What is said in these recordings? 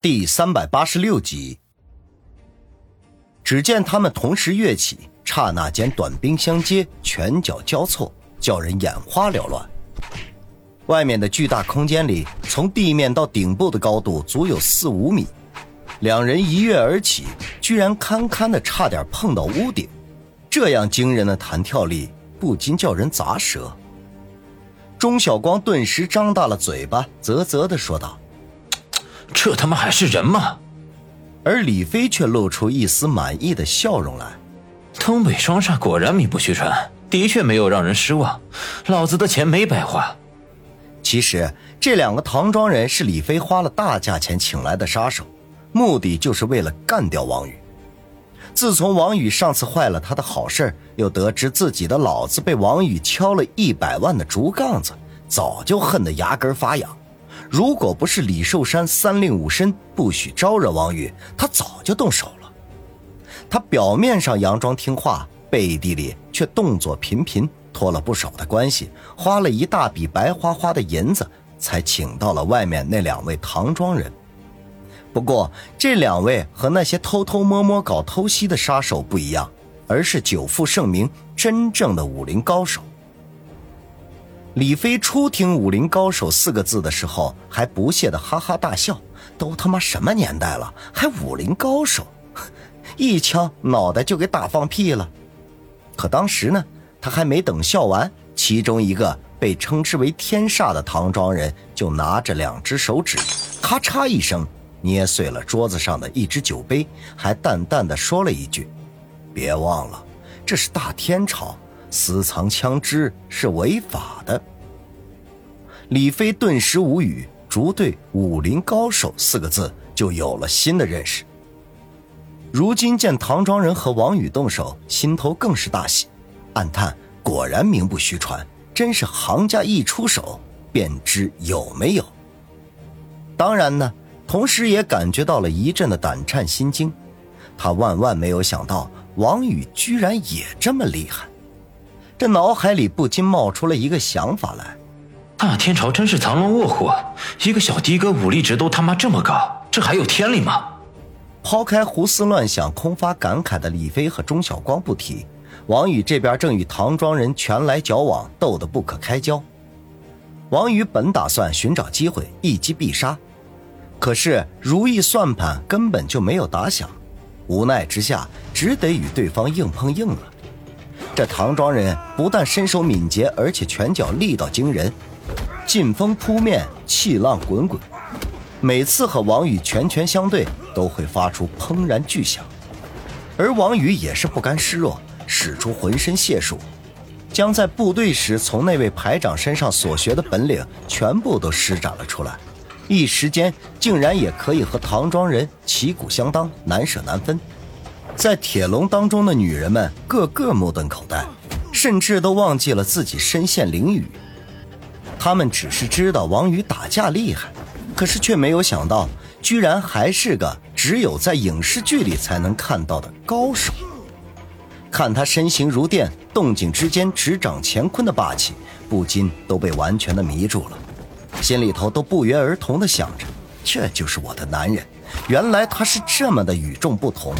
第386集。只见他们同时跃起，刹那间短兵相接，拳脚交错，叫人眼花缭乱。外面的巨大空间里，从地面到顶部的高度足有4-5米，两人一跃而起，居然堪堪的差点碰到屋顶。这样惊人的弹跳力不禁叫人咂舌。钟晓光顿时张大了嘴巴，啧啧地说道： 这他妈还是人吗？ 而李飞却露出一丝满意的笑容来。 东北双煞果然名不虚传，的确没有让人失望，老子的钱没白花。 其实这两个唐庄人是李飞花了大价钱请来的杀手，目的就是为了干掉王宇。自从王宇上次坏了他的好事，又得知自己的老子被王宇敲了100万的竹杠子，早就恨得牙根发痒。如果不是李寿山3令5申不许招惹王宇，他早就动手了。他表面上佯装听话，背地里却动作频频，托了不少的关系，花了一大笔白花花的银子，才请到了外面那2位唐庄人。不过这2位和那些偷偷摸摸搞偷袭的杀手不一样，而是久负盛名，真正的武林高手。李飞初听武林高手4个字的时候，还不屑地哈哈大笑，都他妈什么年代了，还武林高手，一枪脑袋就给打放屁了。可当时呢，他还没等笑完，其中一个被称之为天煞的唐庄人就拿着2只手指，咔嚓一声捏碎了桌子上的1只酒杯，还淡淡地说了一句：别忘了，这是大天朝，私藏枪支是违法的。李飞顿时无语，逐对武林高手4个字就有了新的认识。如今见唐庄人和王宇动手，心头更是大喜，暗叹果然名不虚传，真是行家一出手便知有没有。当然呢，同时也感觉到了一阵的胆颤心惊，他万万没有想到王宇居然也这么厉害。这脑海里不禁冒出了一个想法来， 大天朝真是藏龙卧虎，一个小的哥武力值都他妈这么高，这还有天理吗？ 抛开胡思乱想空发感慨的李飞和钟晓光不提，王宇这边正与唐庄人拳来脚往，斗得不可开交。王宇本打算寻找机会一击必杀，可是如意算盘根本就没有打响，无奈之下只得与对方硬碰硬了。这唐庄人不但身手敏捷，而且拳脚力道惊人，劲风扑面，气浪滚滚，每次和王宇拳拳相对都会发出砰然巨响。而王宇也是不甘示弱，使出浑身解数，将在部队时从那位排长身上所学的本领全部都施展了出来，一时间竟然也可以和唐庄人旗鼓相当，难舍难分。在铁笼当中的女人们个个目瞪口呆，甚至都忘记了自己身陷囹圄。他们只是知道王宇打架厉害，可是却没有想到居然还是个只有在影视剧里才能看到的高手。看他身形如电，动静之间执掌乾坤的霸气，不禁都被完全的迷住了，心里头都不约而同地想着，这就是我的男人，原来他是这么的与众不同。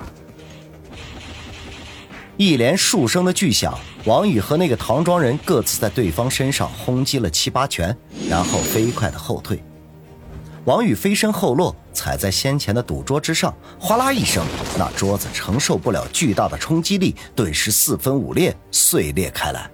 一连数声的巨响，王宇和那个唐庄人各自在对方身上轰击了7-8拳，然后飞快的后退。王宇飞身后落，踩在先前的赌桌之上，哗啦一声，那桌子承受不了巨大的冲击力，顿时4分5裂，碎裂开来。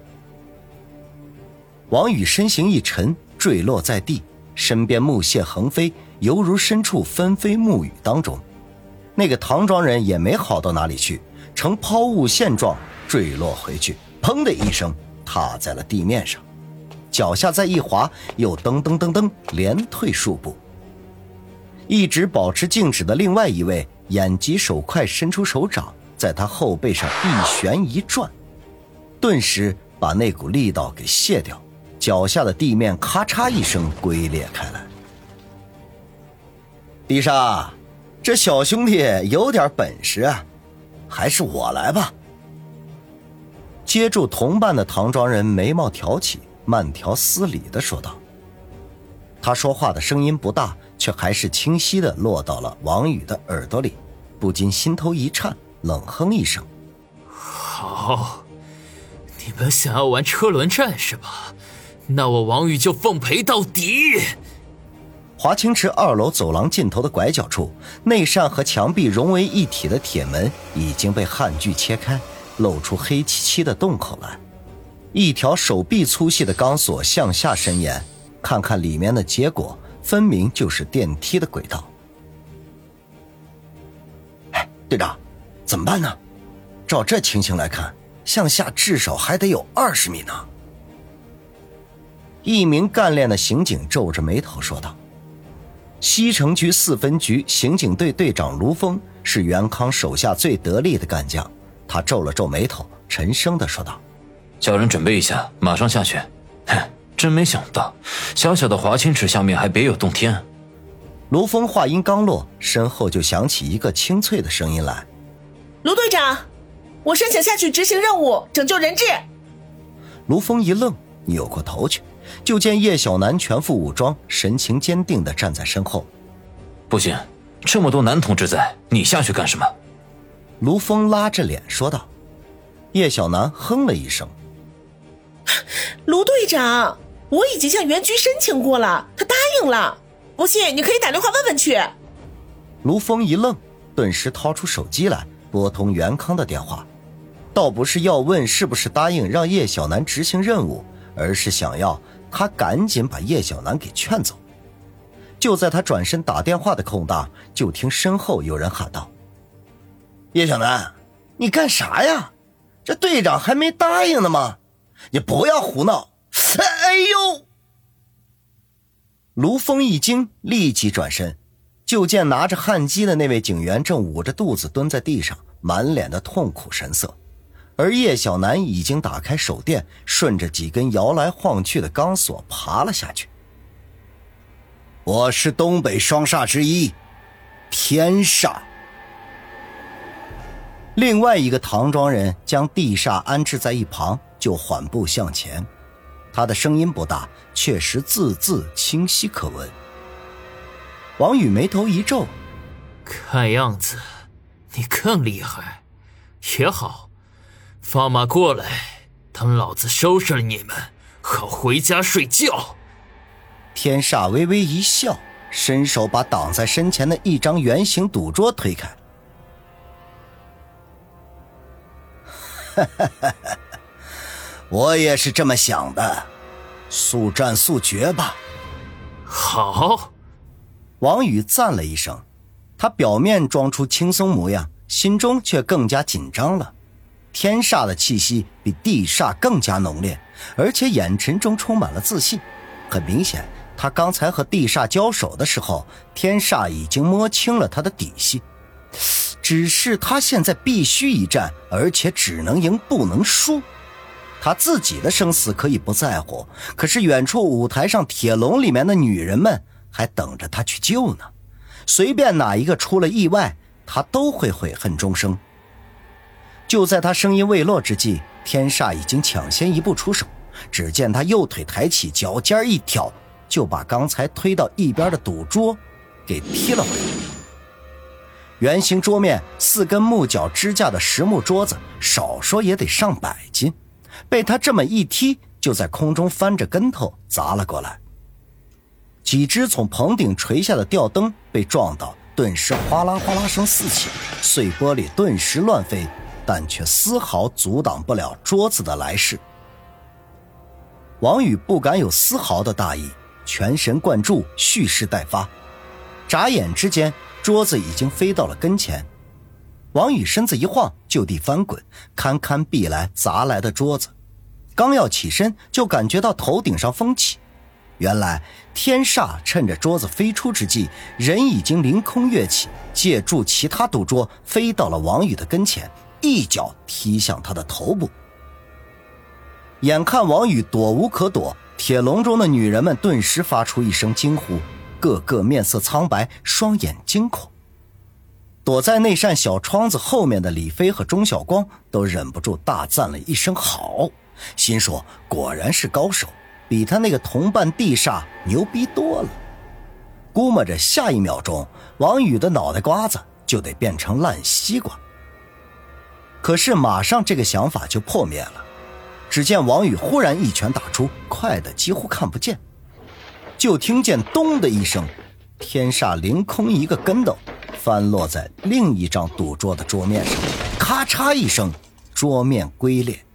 王宇身形一沉，坠落在地，身边木屑横飞，犹如身处纷飞暮雨当中。那个唐庄人也没好到哪里去，呈抛物线状坠落回去，砰的一声踏在了地面上，脚下再一滑，又噔噔噔噔连退数步。一直保持静止的另外一位眼疾手快，伸出手掌在他后背上一旋一转，顿时把那股力道给卸掉，脚下的地面咔嚓一声龟裂开来。迪莎，这小兄弟有点本事啊，还是我来吧。接住同伴的唐庄人眉毛挑起，慢条斯理地说道。他说话的声音不大， 却还是清晰地落到了王宇的耳朵里，不禁心头一颤，冷哼一声： 好，你们想要玩车轮战是吧？那我王宇就奉陪到底。 华清池2楼走廊尽头的拐角处，内扇和墙壁融为一体的铁门已经被焊锯切开，露出黑漆漆的洞口来。一条手臂粗细的钢索向下伸延，看看里面的结果，分明就是电梯的轨道。哎，队长，怎么办呢？照这情形来看，向下至少还得有20米呢。一名干练的刑警皱着眉头说道。西城区4分局刑警队队长卢峰是袁康手下最得力的干将，他皱了皱眉头，沉声地说道： 叫人准备一下，马上下去。哼，真没想到小小的华清池下面还别有洞天。 卢峰话音刚落，身后就响起一个清脆的声音来： 卢队长，我申请下去执行任务，拯救人质。 卢峰一愣，扭过头去，就见叶小楠全副武装，神情坚定地站在身后。 不行，这么多男同志在，你下去干什么？ 卢峰拉着脸说道。叶小楠哼了一声： 卢队长，我已经向原局申请过了，他答应了，不信你可以打电话问问去。 卢峰一愣，顿时掏出手机来拨通袁康的电话，倒不是要问是不是答应让叶小楠执行任务，而是想要他赶紧把叶小楠给劝走。就在他转身打电话的空档，就听身后有人喊道：叶小楠，你干啥呀？这队长还没答应呢吗？你不要胡闹！哎呦！卢峰一惊，立即转身，就见拿着焊机的那位警员正捂着肚子蹲在地上，满脸的痛苦神色，而叶小楠已经打开手电，顺着几根摇来晃去的钢索爬了下去。我是东北双煞之一，天煞。另外一个唐庄人将地煞安置在一旁，就缓步向前。他的声音不大，确实字字清晰可闻。王宇眉头一皱： 看样子你更厉害，也好，放马过来，等老子收拾了你们，好回家睡觉。 天煞微微一笑，伸手把挡在身前的一张圆形赌桌推开。我也是这么想的，速战速决吧。 好。 王宇赞了一声，他表面装出轻松模样，心中却更加紧张了。天煞的气息比地煞更加浓烈，而且眼神中充满了自信。很明显，他刚才和地煞交手的时候，天煞已经摸清了他的底细，只是他现在必须一战，而且只能赢不能输。他自己的生死可以不在乎，可是远处舞台上铁笼里面的女人们还等着他去救呢，随便哪一个出了意外，他都会悔恨终生。就在他声音未落之际，天煞已经抢先一步出手，只见他右腿抬起，脚尖一挑，就把刚才推到一边的赌桌给踢了回来。圆形桌面4根木脚支架的实木桌子，少说也得上100斤，被他这么一踢，就在空中翻着跟头砸了过来。几只从棚顶垂下的吊灯被撞到，顿时哗啦哗啦声四起，碎玻璃顿时乱飞，但却丝毫阻挡不了桌子的来势。王宇不敢有丝毫的大意，全神贯注，蓄势待发。眨眼之间，桌子已经飞到了跟前。王宇身子一晃，就地翻滚，堪堪避来砸来的桌子。刚要起身，就感觉到头顶上风起。原来天煞趁着桌子飞出之际，人已经凌空跃起，借助其他赌桌飞到了王宇的跟前，一脚踢向他的头部。眼看王宇躲无可躲，铁笼中的女人们顿时发出一声惊呼，个个面色苍白，双眼惊恐。躲在那扇小窗子后面的李飞和钟晓光都忍不住大赞了一声好，心说果然是高手，比他那个同伴地煞牛逼多了。 估摸着下一秒钟王宇的脑袋瓜子就得变成烂西瓜。可是马上这个想法就破灭了，只见王宇忽然一拳打出，快得几乎看不见，就听见咚的一声，天煞凌空一个跟斗翻落在另一张赌桌的桌面上，咔嚓一声，桌面龟裂。